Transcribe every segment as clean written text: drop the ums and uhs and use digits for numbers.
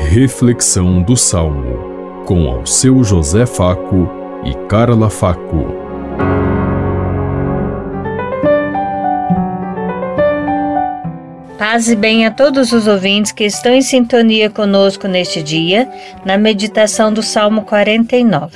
Reflexão do Salmo, com Alceu José Faco e Carla Faco. Paz e bem a todos os ouvintes que estão em sintonia conosco neste dia, na meditação do Salmo 49.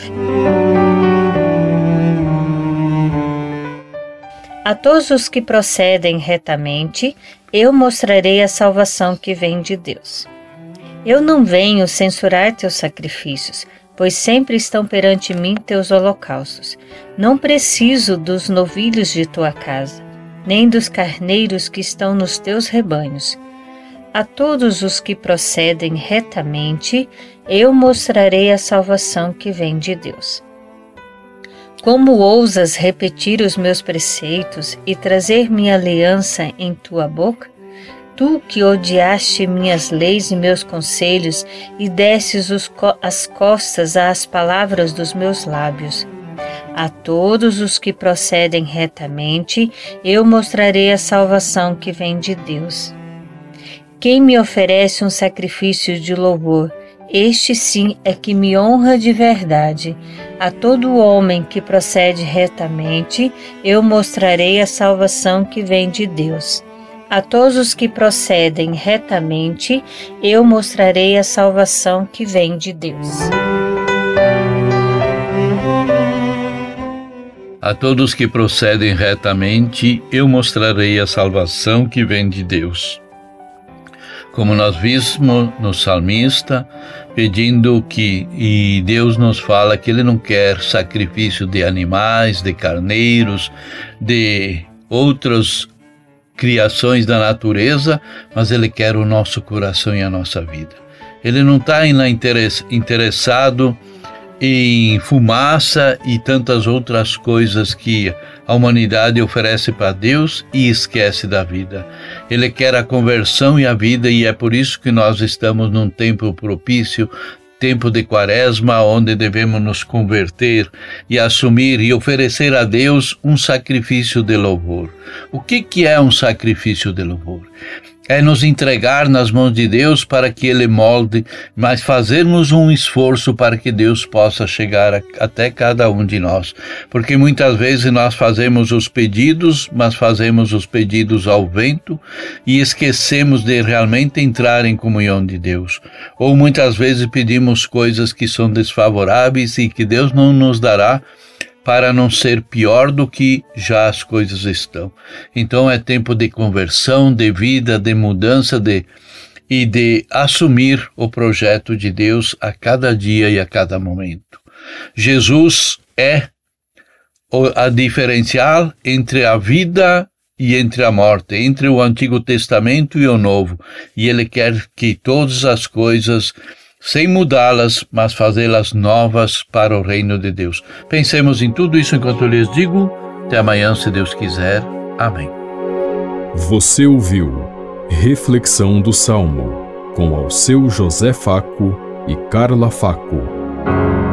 A todos os que procedem retamente, eu mostrarei a salvação que vem de Deus. Eu não venho censurar teus sacrifícios, pois sempre estão perante mim teus holocaustos. Não preciso dos novilhos de tua casa, nem dos carneiros que estão nos teus rebanhos. A todos os que procedem retamente, eu mostrarei a salvação que vem de Deus. Como ousas repetir os meus preceitos e trazer minha aliança em tua boca? Tu que odiaste minhas leis e meus conselhos e destes as costas às palavras dos meus lábios. A todos os que procedem retamente, eu mostrarei a salvação que vem de Deus. Quem me oferece um sacrifício de louvor, este sim é que me honra de verdade. A todo homem que procede retamente, eu mostrarei a salvação que vem de Deus. A todos os que procedem retamente, eu mostrarei a salvação que vem de Deus. A todos que procedem retamente, eu mostrarei a salvação que vem de Deus. Como nós vimos no salmista, pedindo e Deus nos fala que Ele não quer sacrifício de animais, de carneiros, de outros criações da natureza, mas Ele quer o nosso coração e a nossa vida. Ele não está interessado em fumaça e tantas outras coisas que a humanidade oferece para Deus e esquece da vida. Ele quer a conversão e a vida, e é por isso que nós estamos num tempo propício, tempo de quaresma, onde devemos nos converter e assumir e oferecer a Deus um sacrifício de louvor. O que é um sacrifício de louvor? É nos entregar nas mãos de Deus para que Ele molde, mas fazermos um esforço para que Deus possa chegar até cada um de nós. Porque muitas vezes nós fazemos os pedidos, mas fazemos os pedidos ao vento e esquecemos de realmente entrar em comunhão de Deus. Ou muitas vezes pedimos coisas que são desfavoráveis e que Deus não nos dará, para não ser pior do que já as coisas estão. Então é tempo de conversão, de vida, de mudança e de assumir o projeto de Deus a cada dia e a cada momento. Jesus é a diferencial entre a vida e entre a morte, entre o Antigo Testamento e o Novo. E Ele quer que todas as coisas, sem mudá-las, mas fazê-las novas para o reino de Deus. Pensemos em tudo isso enquanto eu lhes digo. Até amanhã, se Deus quiser. Amém. Você ouviu Reflexão do Salmo, com Alceu José Faco e Carla Faco.